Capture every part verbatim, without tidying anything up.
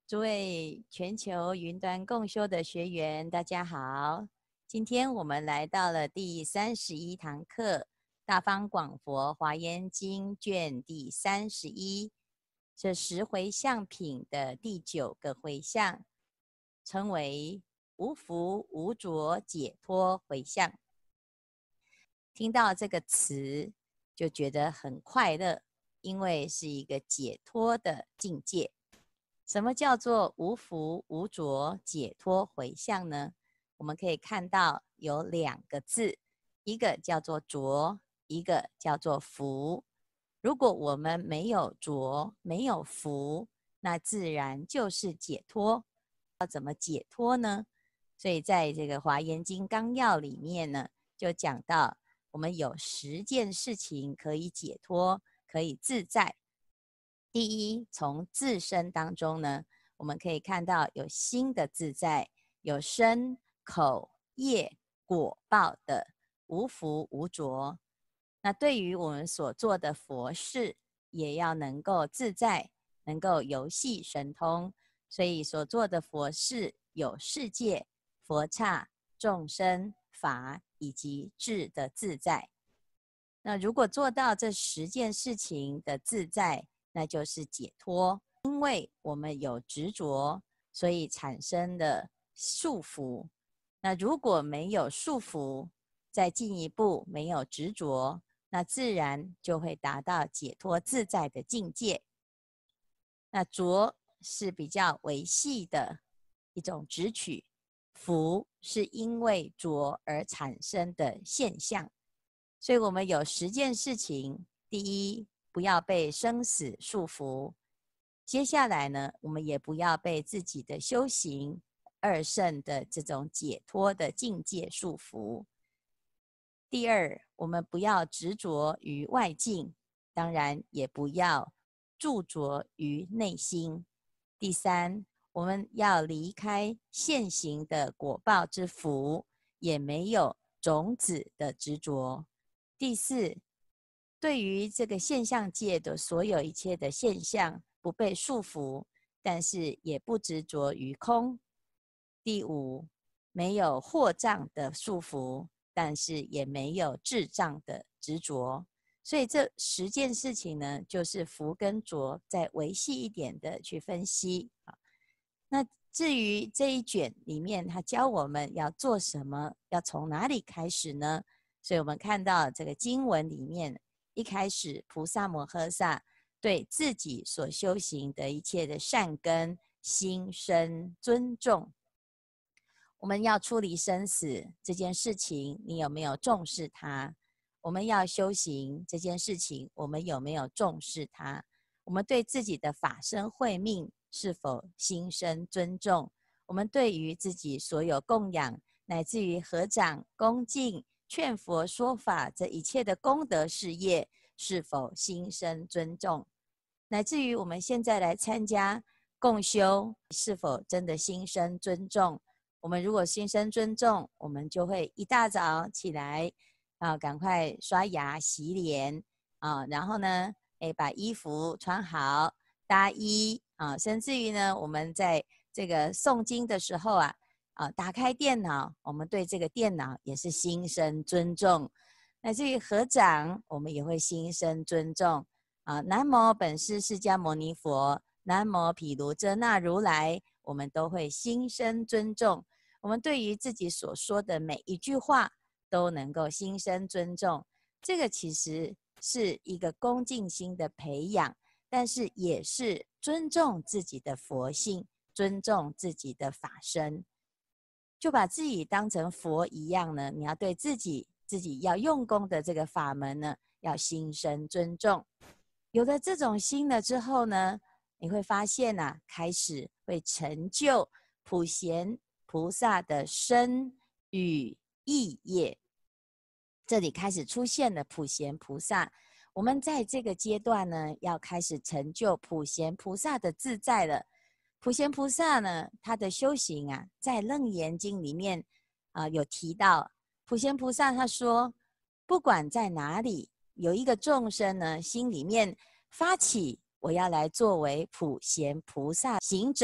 诸位全球云端共修的学员，大家好！今天我们来到了第三十一堂课，《大方广佛华严经》卷第三十一，这十回向品的第九个回向，称为无福无着解脱回向。听到这个词，就觉得很快乐，因为是一个解脱的境界。什么叫做无福无着解脱回向呢？我们可以看到有两个字，一个叫做着，一个叫做福。如果我们没有着，没有福，那自然就是解脱。要怎么解脱呢？所以在这个《华严经纲要》里面呢，就讲到我们有十件事情可以解脱，可以自在。第一，从自身当中呢，我们可以看到有心的自在，有身、口、业、果报的无福无着。那对于我们所做的佛事，也要能够自在，能够游戏神通。所以所做的佛事有世界、佛刹、众生、法以及智的自在。那如果做到这十件事情的自在，那就是解脱。因为我们有执着，所以产生的束缚。那如果没有束缚，再进一步没有执着，那自然就会达到解脱自在的境界。那着是比较维系的一种执取，福是因为着而产生的现象。所以我们有十件事情，第一，不要被生死束缚。接下来呢，我们也不要被自己的修行二圣的这种解脱的境界束缚。第二，我们不要执着于外境，当然也不要著着于内心。第三，我们要离开现行的果报之福，也没有种子的执着。第四，对于这个现象界的所有一切的现象不被束缚，但是也不执着于空。第五，没有惑障的束缚，但是也没有智障的执着。所以这十件事情呢，就是福跟着再维系一点的去分析。那至于这一卷里面，他教我们要做什么，要从哪里开始呢？所以我们看到这个经文里面，一开始菩萨摩诃萨对自己所修行的一切的善根心生尊重。我们要出离生死这件事情，你有没有重视它？我们要修行这件事情，我们有没有重视它？我们对自己的法身慧命是否心生尊重？我们对于自己所有供养，乃至于合掌恭敬劝佛说法这一切的功德事业，是否心生尊重？乃至于我们现在来参加共修，是否真的心生尊重？我们如果心生尊重，我们就会一大早起来啊，赶快刷牙洗脸啊，然后呢，哎，把衣服穿好，搭衣啊，甚至于呢，我们在这个诵经的时候啊，啊，打开电脑，我们对这个电脑也是心生尊重。乃至于合掌，我们也会心生尊重啊。南无本师释迦牟尼佛，南无毗卢遮那如来，我们都会心生尊重。我们对于自己所说的每一句话都能够心生尊重，这个其实是一个恭敬心的培养，但是也是尊重自己的佛性，尊重自己的法身，就把自己当成佛一样呢。你要对自己自己要用功的这个法门呢，要心生尊重。有了这种心了之后呢，你会发现啊，开始会成就普贤菩萨的身语意业，这里开始出现了普贤菩萨。我们在这个阶段呢，要开始成就普贤菩萨的自在了。普贤菩萨呢，他的修行啊，在楞严经里面啊、呃、有提到，普贤菩萨他说，不管在哪里，有一个众生呢，心里面发起我要来作为普贤菩萨行者，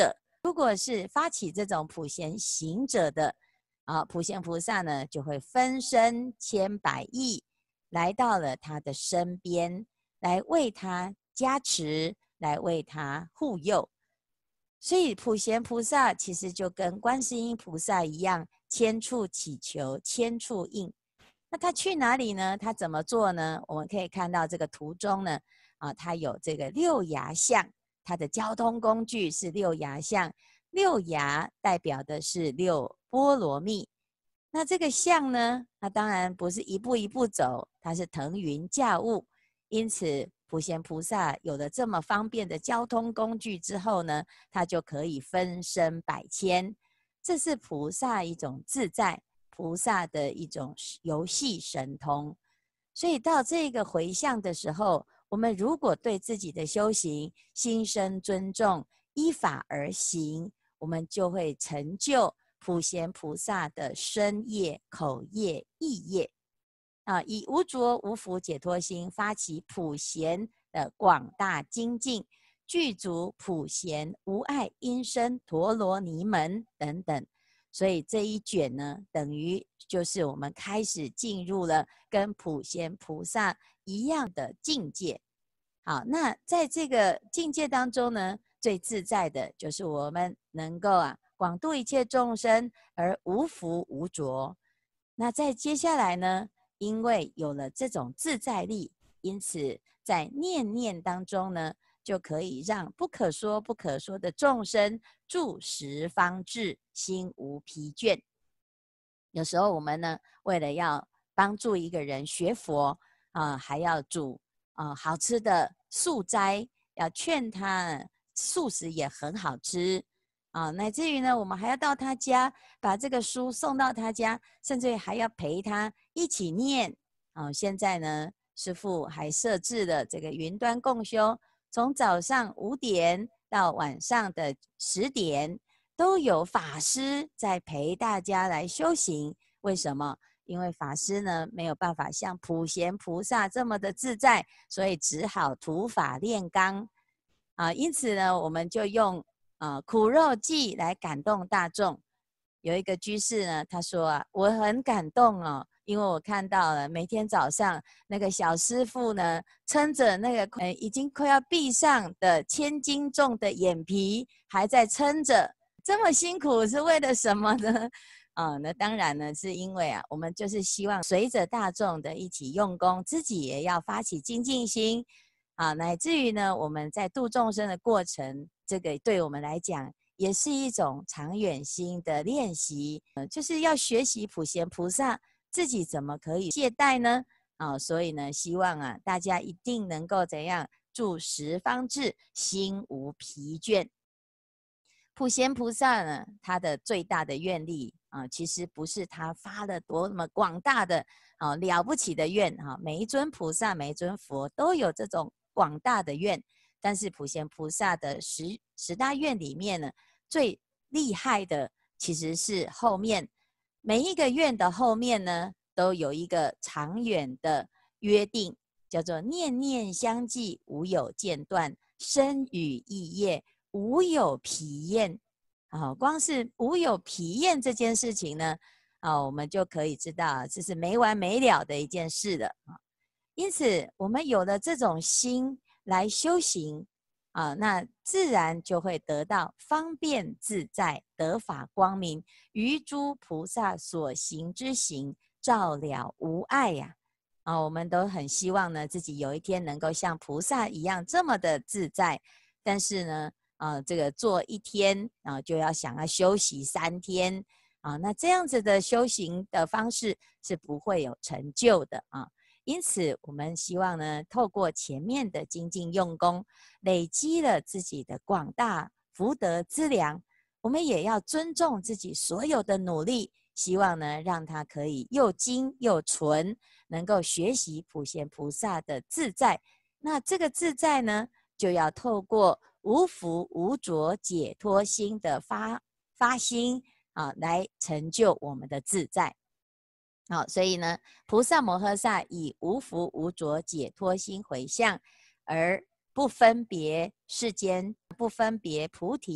如果是发起这种普贤行者的啊，普贤菩萨呢就会分身千百亿来到了他的身边，来为他加持，来为他护佑。所以普贤菩萨其实就跟观世音菩萨一样，千处祈求，千处应。那他去哪里呢？他怎么做呢？我们可以看到这个图中呢，啊，他有这个六牙象，他的交通工具是六牙象，六牙代表的是六波罗蜜。那这个象呢，它当然不是一步一步走，它是腾云驾雾。因此，普贤菩萨有了这么方便的交通工具之后呢，他就可以分身百千。这是菩萨一种自在，菩萨的一种游戏神通。所以到这个回向的时候，我们如果对自己的修行心生尊重，依法而行，我们就会成就普贤菩萨的身业、口业、意业。啊，以无着无福解脱心发起普贤的广大精进，具足普贤无碍因身陀罗尼门等等。所以这一卷呢，等于就是我们开始进入了跟普贤菩萨一样的境界。好，那在这个境界当中呢，最自在的就是我们能够啊广度一切众生而无福无着。那在接下来呢，因为有了这种自在力，因此在念念当中呢，就可以让不可说不可说的众生住十方智，心无疲倦。有时候我们呢，为了要帮助一个人学佛啊、呃，还要煮啊、呃、好吃的素斋，要劝他素食也很好吃啊，乃至于呢，我们还要到他家把这个书送到他家，甚至于还要陪他一起念啊。现在呢，师父还设置了这个云端共修，从早上五点到晚上的十点，都有法师在陪大家来修行。为什么？因为法师呢没有办法像普贤菩萨这么的自在，所以只好土法炼钢啊。因此呢，我们就用啊苦肉计来感动大众。有一个居士呢，他说啊，我很感动哦，因为我看到了每天早上那个小师父呢，撑着那个呃已经快要闭上的千斤重的眼皮，还在撑着，这么辛苦是为了什么呢？啊，那当然呢，是因为啊，我们就是希望随着大众的一起用功，自己也要发起精进心啊，乃至于呢，我们在度众生的过程，这个对我们来讲也是一种长远心的练习，呃，就是要学习普贤菩萨自己怎么可以懈怠呢？啊，所以呢，希望啊，大家一定能够怎样住十方智，心无疲倦。普贤菩萨呢，他的最大的愿力啊，其实不是他发了多么广大的啊了不起的愿啊，每一尊菩萨、每一尊佛都有这种广大的愿，但是普贤菩萨的十十大愿里面呢，最厉害的其实是后面每一个愿的后面呢，都有一个长远的约定，叫做念念相继，无有间断，身语意业。无有疲厌啊，光是无有疲厌这件事情呢，啊，我们就可以知道这是没完没了的一件事了啊。因此，我们有了这种心来修行啊，那自然就会得到方便自在、得法光明，于诸菩萨所行之行，照了无碍呀。啊，我们都很希望呢，自己有一天能够像菩萨一样这么的自在，但是呢，啊，这个做一天啊，就要想要休息三天啊，那这样子的修行的方式是不会有成就的啊。因此，我们希望呢，透过前面的精进用功，累积了自己的广大福德资粮，我们也要尊重自己所有的努力，希望呢，让它可以又精又纯，能够学习普贤菩萨的自在。那这个自在呢，就要透过无福无着解脱心的发发心啊，来成就我们的自在。好，所以呢，菩萨摩诃萨以无福无着解脱心回向，而不分别世间，不分别菩提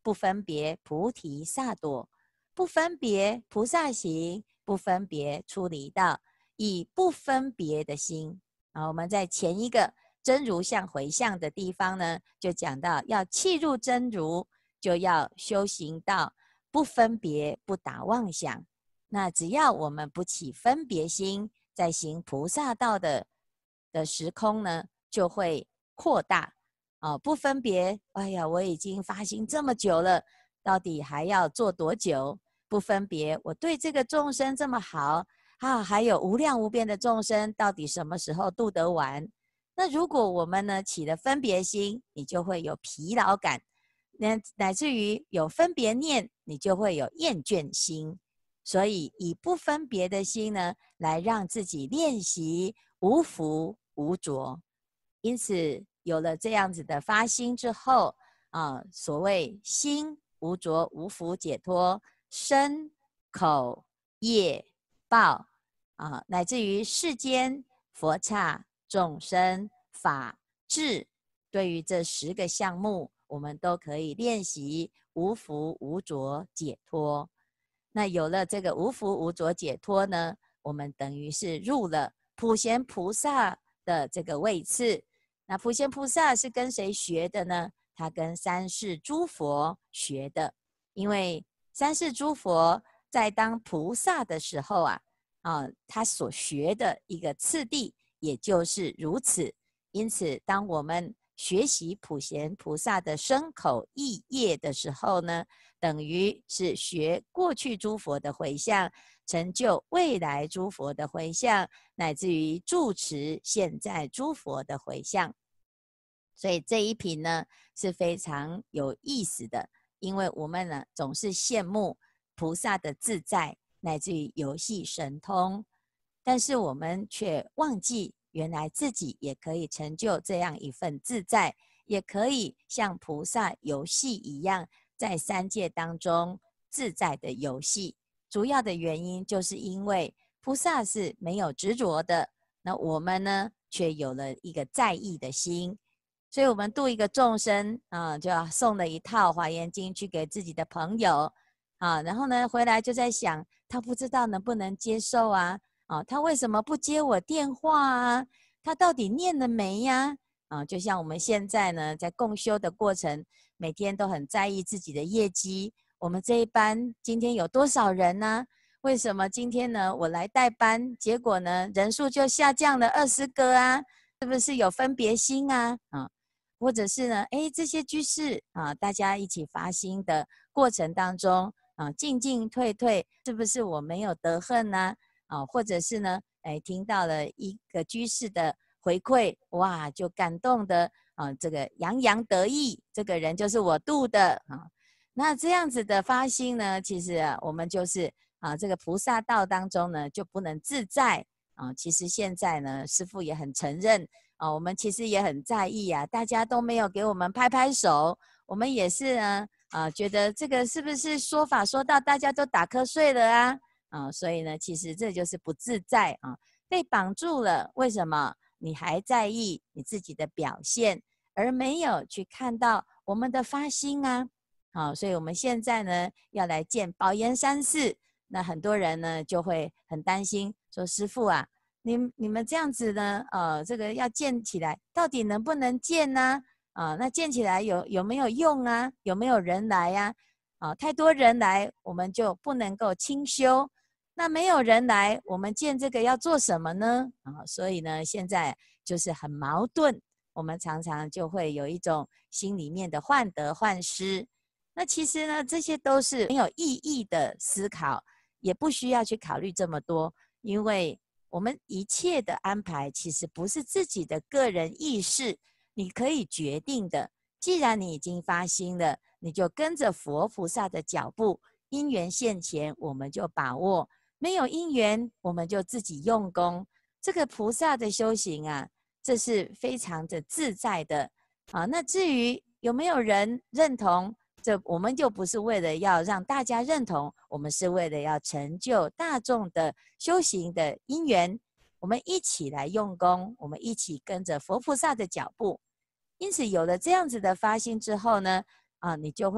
不分别菩提萨埵，不分别菩萨行，不分别出离道，以不分别的心啊。我们在前一个真如相回向的地方呢，就讲到要契入真如，就要修行到不分别，不打妄想。那只要我们不起分别心，在行菩萨道的的时空呢，就会扩大。哦，不分别，哎呀，我已经发心这么久了，到底还要做多久？不分别，我对这个众生这么好啊，还有无量无边的众生，到底什么时候度得完？那如果我们呢起了分别心，你就会有疲劳感，乃乃至于有分别念，你就会有厌倦心。所以以不分别的心呢，来让自己练习无福无着。因此有了这样子的发心之后啊，所谓心无着无福解脱，身口业报啊，乃至于世间佛刹众生法智，对于这十个项目，我们都可以练习无福无着解脱。那有了这个无福无着解脱呢，我们等于是入了普贤菩萨的这个位次。那普贤菩萨是跟谁学的呢？他跟三世诸佛学的。因为三世诸佛在当菩萨的时候啊，啊，他所学的一个次第也就是如此。因此，当我们学习普贤菩萨的身口意业的时候呢，等于是学过去诸佛的回向，成就未来诸佛的回向，乃至于住持现在诸佛的回向。所以这一品呢是非常有意思的，因为我们呢总是羡慕菩萨的自在，乃至于游戏神通，但是我们却忘记原来自己也可以成就这样一份自在，也可以像菩萨游戏一样，在三界当中自在的游戏。主要的原因就是因为菩萨是没有执着的，那我们呢却有了一个在意的心。所以我们度一个众生啊，就要送了一套《华严经》去给自己的朋友啊，然后呢回来就在想，他不知道能不能接受啊，啊，他为什么不接我电话啊？他到底念了没呀？啊，就像我们现在呢，在共修的过程，每天都很在意自己的业绩。我们这一班今天有多少人呢？为什么今天呢我来代班，结果呢人数就下降了二十个啊？是不是有分别心啊？啊？或者是呢，哎，这些居士啊，大家一起发心的过程当中啊，进进退退，是不是我没有得恨呢？啊，或者是呢，哎，听到了一个居士的回馈，哇，就感动的啊，这个洋洋得意，这个人就是我度的啊。那这样子的发心呢，其实啊，我们就是啊，这个菩萨道当中呢，就不能自在啊。其实现在呢，师父也很承认。哦，我们其实也很在意啊，大家都没有给我们拍拍手，我们也是呢，啊，觉得这个是不是说法说到大家都打瞌睡了啊？啊，所以呢，其实这就是不自在啊，被绑住了。为什么？你还在意你自己的表现，而没有去看到我们的发心啊？好，所以我们现在呢，要来见宝岩山寺，那很多人呢就会很担心，说师父啊。你你们这样子呢，呃，这个要建起来，到底能不能建呢？啊，那建起来有有没有用啊？有没有人来呀？啊，太多人来，我们就不能够清修。那没有人来，我们建这个要做什么呢？啊，所以呢，现在就是很矛盾，我们常常就会有一种心里面的患得患失。那其实呢，这些都是没有意义的思考，也不需要去考虑这么多，因为我们一切的安排其实不是自己的个人意识，你可以决定的。既然你已经发心了，你就跟着佛菩萨的脚步，因缘现前，我们就把握；没有因缘，我们就自己用功。这个菩萨的修行啊，这是非常的自在的啊。那至于有没有人认同？这我们就不是为了要让大家认同，我们是为了要成就大众的修行的因缘，我们一起来用功，我们一起跟着佛菩萨的脚步。因此有了这样子的发心之后呢，啊，你就会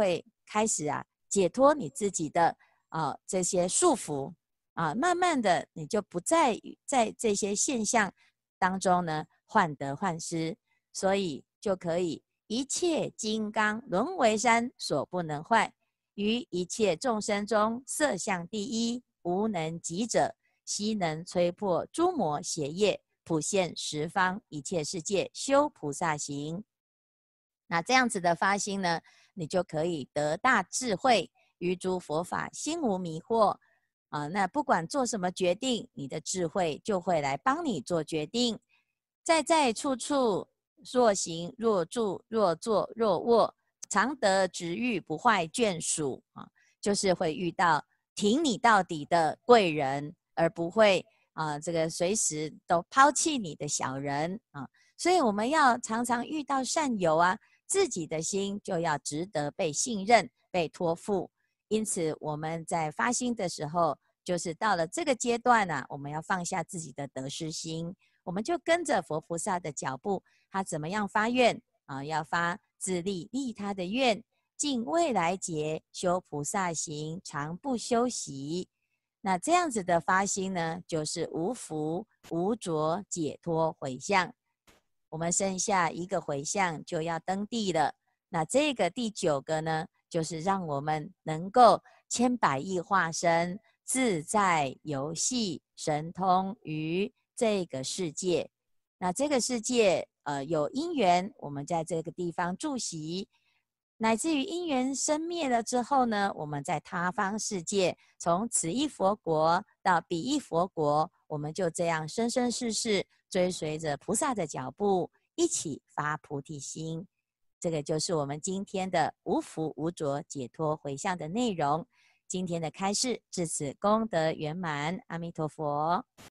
开始啊解脱你自己的啊这些束缚啊，慢慢的你就不再在这些现象当中呢患得患失，所以就可以一切金刚轮为山，所不能坏。于一切众生中，色相第一，无能及者，悉能摧破诸魔邪业，普现十方一切世界，修菩萨行。那这样子的发心呢，你就可以得大智慧，于诸佛法心无迷惑啊。那不管做什么决定，你的智慧就会来帮你做决定。在在处处，若行若住若坐若卧，常得值遇不坏眷属啊，就是会遇到挺你到底的贵人，而不会啊这个随时都抛弃你的小人啊。所以我们要常常遇到善友啊，自己的心就要值得被信任、被托付。因此我们在发心的时候，就是到了这个阶段呢、啊，我们要放下自己的得失心，我们就跟着佛菩萨的脚步，他怎么样发愿啊？要发自利利他的愿，尽未来劫修菩萨行，常不休息。那这样子的发心呢，就是无福无着解脱回向。我们剩下一个回向就要登地了。那这个第九个呢，就是让我们能够千百亿化身自在游戏神通于这个世界。那这个世界呃有因缘，我们在这个地方住席，乃至于因缘生灭了之后呢，我们在他方世界，从此一佛国到彼一佛国，我们就这样生生世世追随着菩萨的脚步，一起发菩提心。这个就是我们今天的无福无着解脱回向的内容。今天的开示至此功德圆满，阿弥陀佛。